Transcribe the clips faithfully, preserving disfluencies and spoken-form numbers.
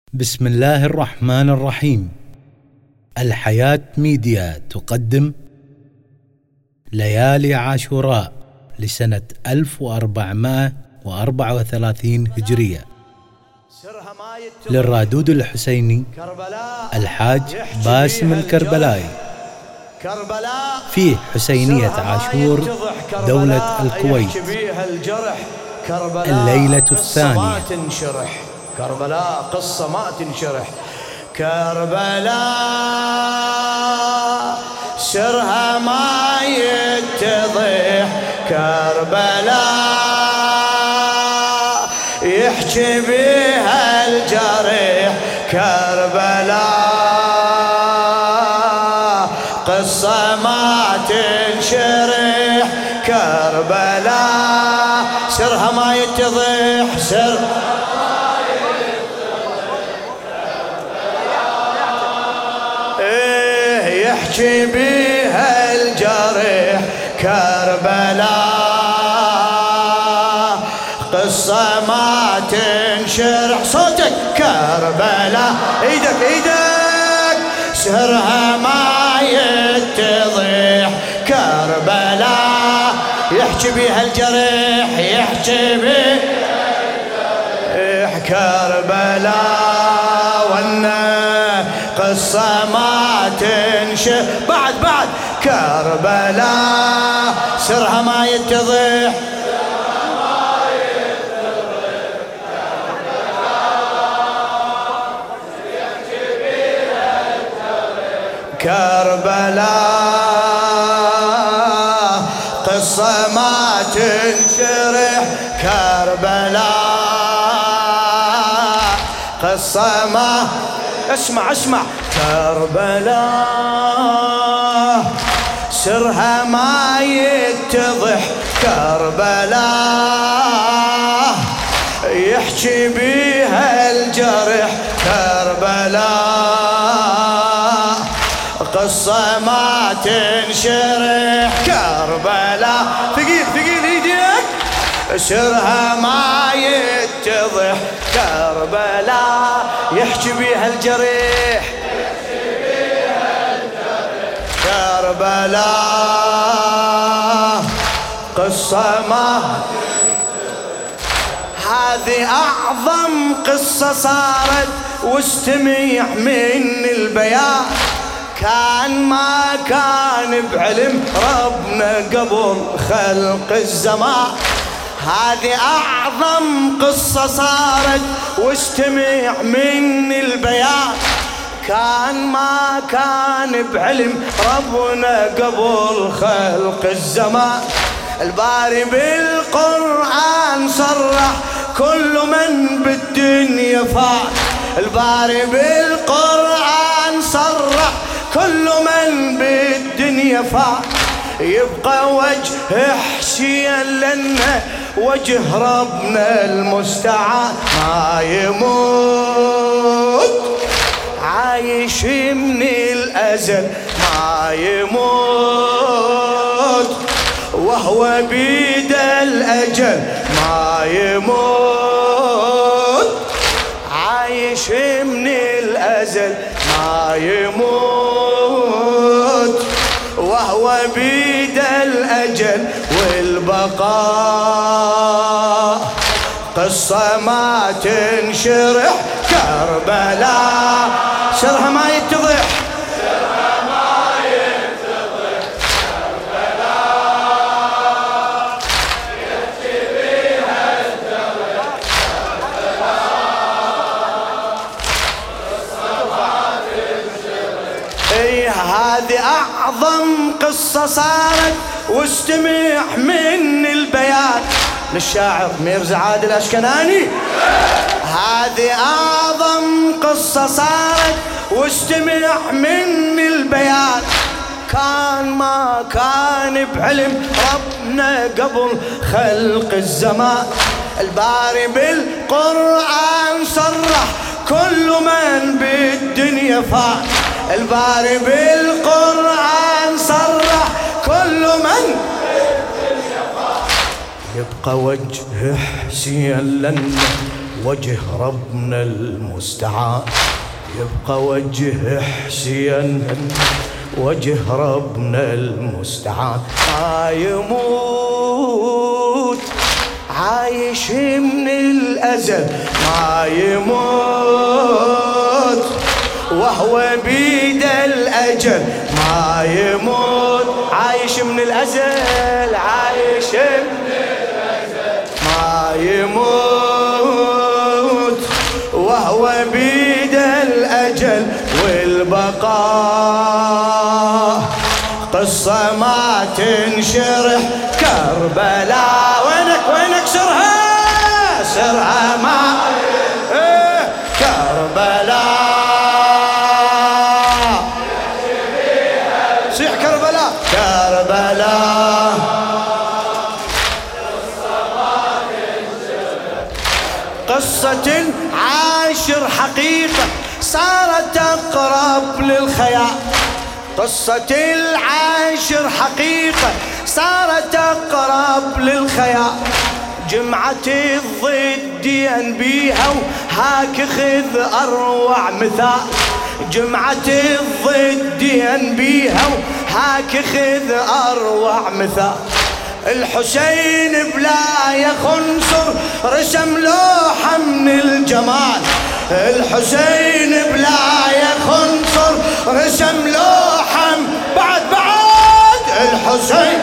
بسم الله الرحمن الرحيم. الحياة ميديا تقدم ليالي عاشوراء لسنة ألف وأربعمائة وأربعة وثلاثين هجرية للرادود الحسيني الحاج باسم الكربلائي في حسينية عاشور دولة الكويت. الليلة الثانية. كربلاء قصة ما تنشرح. كربلاء سرها ما يتضح. كربلاء يحكي بها الجريح. كربلاء قصة ما تنشرح. كربلاء سرها ما يتضح. سر يحكي بها الجريح. كربلاء قصة ما تنشرح. صوتك كربلاء ايدك ايدك سهرها ما يتضح. كربلاء يحكي بها الجريح. يحكي بها الجريح. كربلاء والنا قصة ما تنشر. بعد بعد كربلاء سرها ما يتضح. كربلاء قصة ما تنشرح. كربلاء قصة ما اسمع اسمع. كربلاء سرها ما يتضح. كربلاء يحكي بها الجرح. كربلاء قصة ما تنشرح. كربلاء ثقيل ثقيل ايديك سرها ما يتضح. كربلاء يحكي بها الجريح. كربلاء قصة ما هذه أعظم قصة صارت واستمع من البيان. كان ما كان بعلم ربنا قبل خلق الزمان. هذه أعظم قصة صارت واستمع من البيان. كان ما كان بعلم ربنا قبل خلق الزمان. الباري بالقرآن صرح كل من بالدنيا فات. الباري بالقرآن صرح كل من بالدنيا فات. يبقى وجه حسين لنا وجه ربنا المستعان. ما يموت عايش من الأزل. ما يموت وهو بيد الأجل. ما يموت عايش من الأزل. ما يموت وهو بيد الأجل. والبقاء قصة ما تنشرح. كربلاء سرها ما يتضح. سرها ما يتضح. كربلاء يحكي بها الجريح. كربلاء قصة ما تنشرح. اي هذه أعظم قصة صارت واستمع من البيان للشاعر ميرزا عادل الأشكناني. هذه أعظم قصة صارت واستمع من البيان. كان ما كان بعلم ربنا قبل خلق الزمان. الباري بالقرآن صرح كل من بالدنيا فات. الباري بالقرآن صرح كل من بالدنيا فات. يبقى وجه حسين لنا وجه ربنا المستعان يبقى وجه حسين، وجه ربنا المستعان ما يموت عايش من الأزل ما يموت وهو بيد الأجل ما يموت عايش من الأزل عايش من الأزل ما يموت وهو بيد الأجل والبقاء قصة ما تنشرح كربلاء وينك وينك سرها سرها ما إيه كربلاء صيح كربلاء كربلاء قصة عاشر حقيقة صارت أقرب للخيال قصة العاشر حقيقة صارت أقرب للخيال جمعة الضدين بيها وهاك خذ أروع مثال جمعة الضدين بيها وهاك خذ أروع مثال الحسين بلا يخنصر رسم لوحة من الجمال الحسين بلا يخنصر رسم لوحة بعد بعد الحسين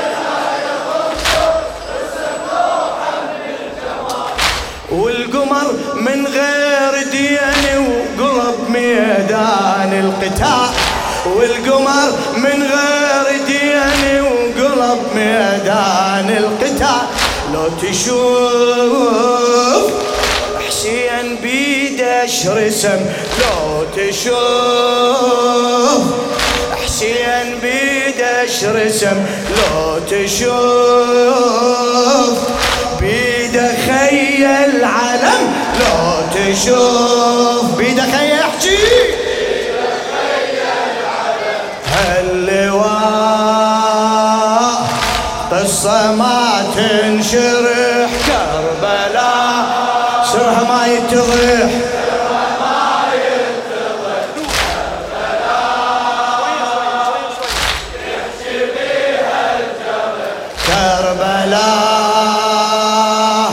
والقمر من غير دين وقلب ميدان القتال والقمر من غير دين وقلب ميدان القتال لو تشوف حسين بيدش رسم لو تشوف حسين بيدش رسم لو تشوف بيده خيل العلم لو تشوف بيده خيل احكي هاللواء قصة ما تنشرح كربلاء سرها ما يتضح كربلاء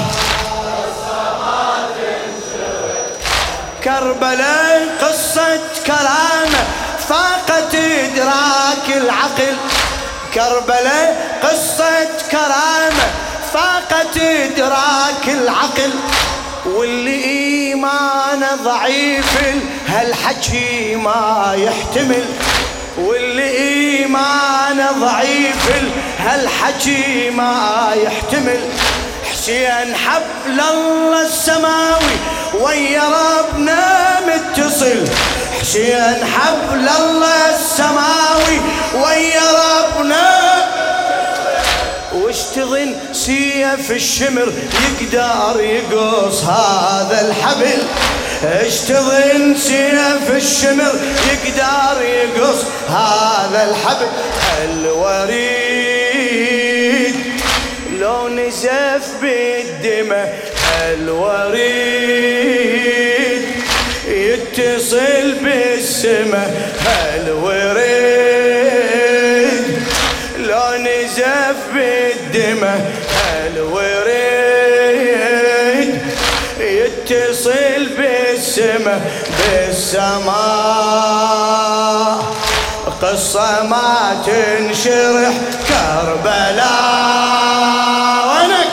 كربلاء قصة كرامة فاقت إدراك العقل كربلاء قصة كرامة فاقت إدراك العقل واللي إيمانه ضعيف هالحكي ما يحتمل واللي إيمانه ضعيف هالحكي ما يحتمل حسين حبل الله السماوي ويا ربنا متصل حسين حبل الله السماوي ويا ربنا واشتغل سيف الشمر يقدر يقص هذا الحبل اشتغل سيف الشمر يقدر يقص هذا الحبل الوريد لو نزف بالدماء الوريد يتصل بالسماء الوريد لو نزف بالدماء الوريد يتصل بالسماء بالسماء قصة ما تنشرح كربلاء وينك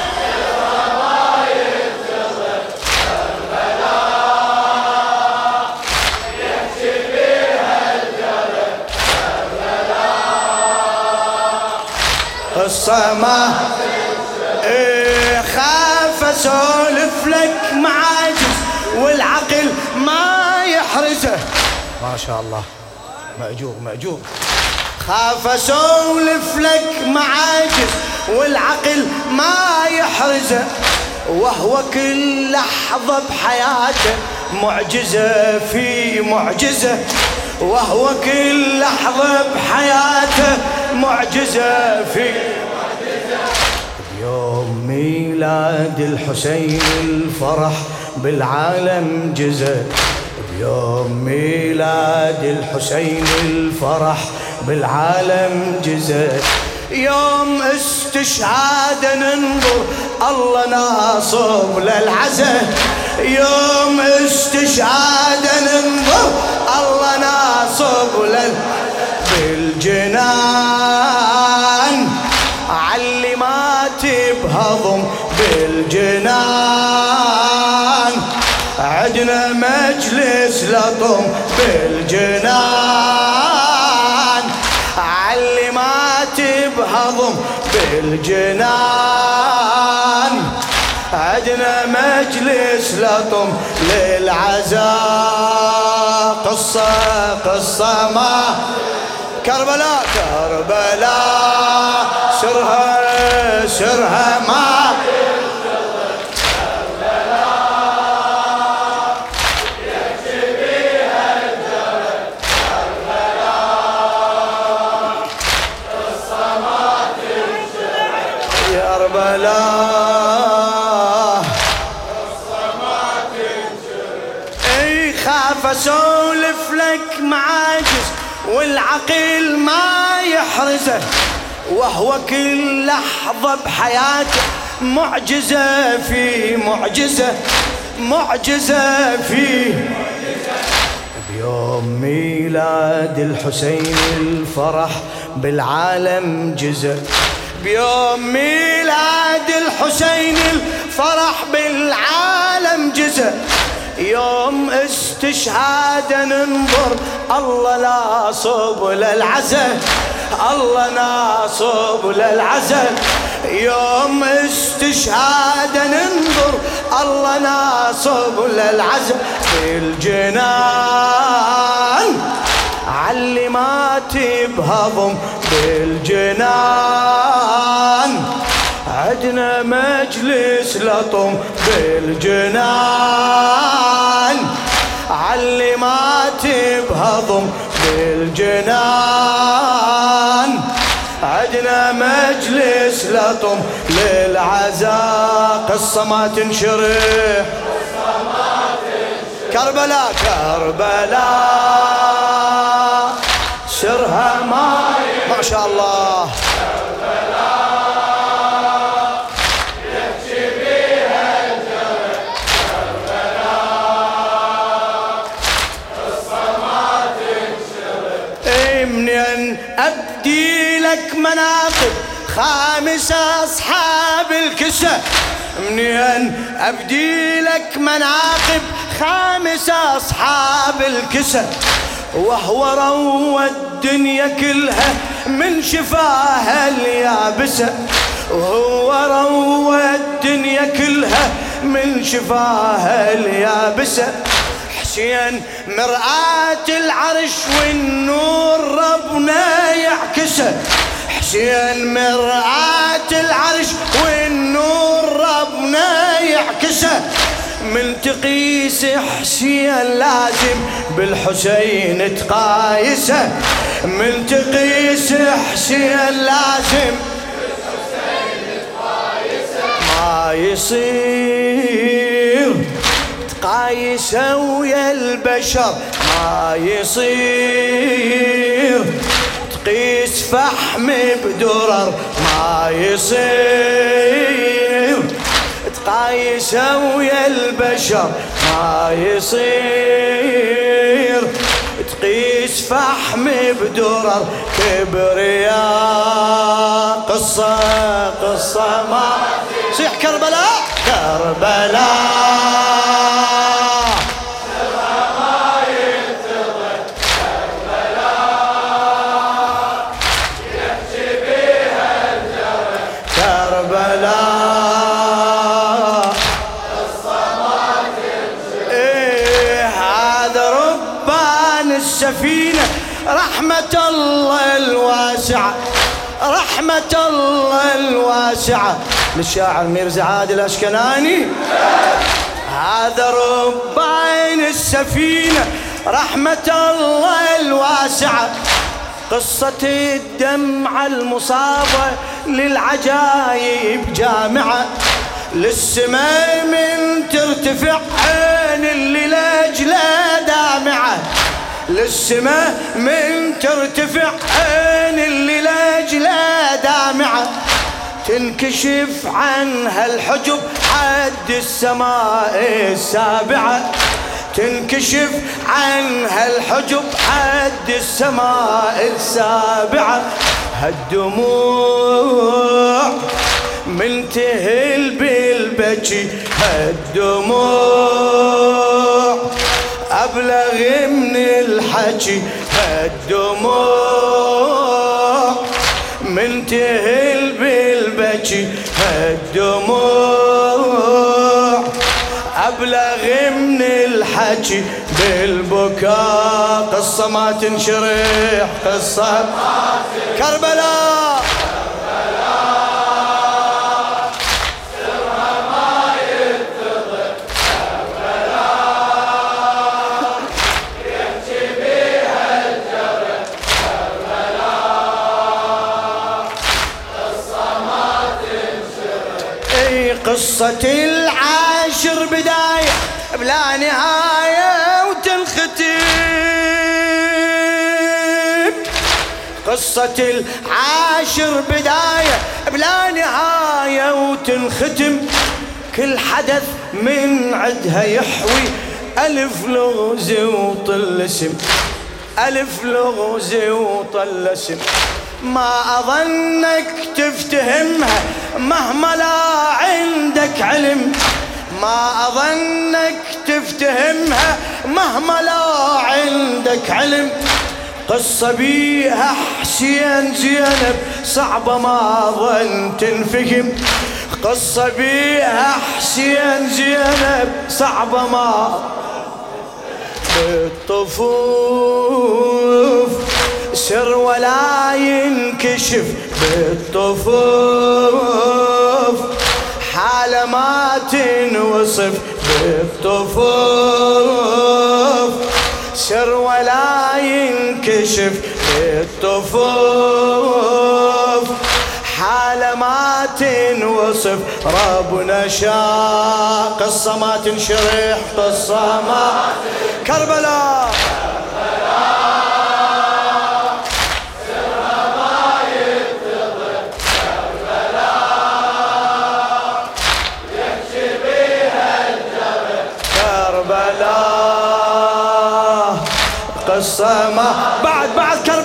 قصة ما إيه خاف اسولف لك معاجز والعقل ما يحرزه ما شاء الله مأجور مأجور خاف اسولف لك معاجز والعقل ما يحرزه وهو كل لحظة بحياته معجزة في معجزة وهو كل لحظة بحياته معجزة في معجزة يوم ميلاد الحسين الفرح بالعالم جزء، بيوم ميلاد الحسين الفرح بالعالم جزء، يوم استشهاد ننظر الله ناصب للعزة، يوم استشهاد ننظر الله ناصب لل بالجنان علي ما تبهضم بالجنان، عدنا مجلس لطم بالجنان علي ما تبهضم بالجنان، عدنا مجلس لطم للعزاء. قصة قصة ما كربلاء كربلاء سرها سرها ما كربلاء يحكي بيها الجبل كربلاء قصة ما تنشرح كربلاء قصة ما تنشرح. اي خاف اسولف لك معاجز والعقل ما يحرزه، وهو كل لحظة بحياته معجزة في معجزة معجزة في بيوم ميلاد الحسين الفرح بالعالم جزء، بيوم ميلاد الحسين الفرح بالعالم جزء، يوم استشهاد ننظر الله ناصب للعزة، الله ناصب للعزة، يوم استشهاد ننظر الله ناصب للعزة بالجنان علي ما تبهضم بالجنان، عدنا مجلس لطم بالجنان علي ما تبهضم بالجنان، عدنا مجلس لطم للعزاء. قصة ما تنشرح كربلاء كربلاء سرها ما ما شاء الله أبدي لك مناقب خامس أصحاب الكسى، منين أبدي لك مناقب خامس أصحاب الكسى، وهو روى الدنيا كلها من شفاها اليابسة، وهو روى الدنيا كلها من شفاها اليابسة، حسين مرآة العرش والنور ربنا يعكسه، حسين مرآة العرش والنور ربنا يعكسه، من تقيس حسين لازم بالحسين تقايسه، من تقيس حسين لازم بالحسين تقايسه، ما يصير قايسة ويا البشر، ما يصير تقيس فحم بدرر، ما يصير تقايسة ويا البشر، ما يصير تقيس فحم بدرر كبرياء. قصة قصة ما صيح كربلاء كربلاء السفينة رحمة الله الواسعة، رحمة الله الواسعة للشاعر ميرزا عادل الأشكناني. هذا ربان السفينة رحمة الله الواسعة، قصة الدمعة المصابة للعجايب جامعة، للسماء من ترتفع عين اللي لاجله دامعة، للسماء من ترتفع عين اللي لاجله دامعة، تنكشف عنها الحجب حد السماء السابعة، تنكشف عنها الحجب حد السماء السابعة. هالدموع من تهل بالبكي، هالدموع أبلغ من الحكي، هالدموع من تهل بالبكي، هالدموع أبلغ من الحكي. بالبكاء قصة ما تنشرح، قصة كربلاء سرها ما يتضح، كربلاء يحكي بيها الجرح، كربلاء قصة ما تنشرح. اي قصة العاشر بداية بلا نهاية وتنختم، قصة العاشر بداية بلا نهاية وتنختم، كل حدث من عدها يحوي ألف لغز وطلسم، ألف لغز وطلسم. ما أظنك تفتهمها مهما لا عندك علم، ما أظنك تفتهمها مهما لا عندك علم. قصة بيها حسين زينب صعبة ما ظن تنفهم، قصة بيها حسين زينب صعبة ما بالطفوف سر ولا ينكشف، بالطفوف حالة ما تنوصف، بالطفوف سر ولا ينكشف، بالطفوف حالة ما تنوصف. ربنا شاء قصة ما تنشرح، قصة ما كربلاء قصة ما بعد بعد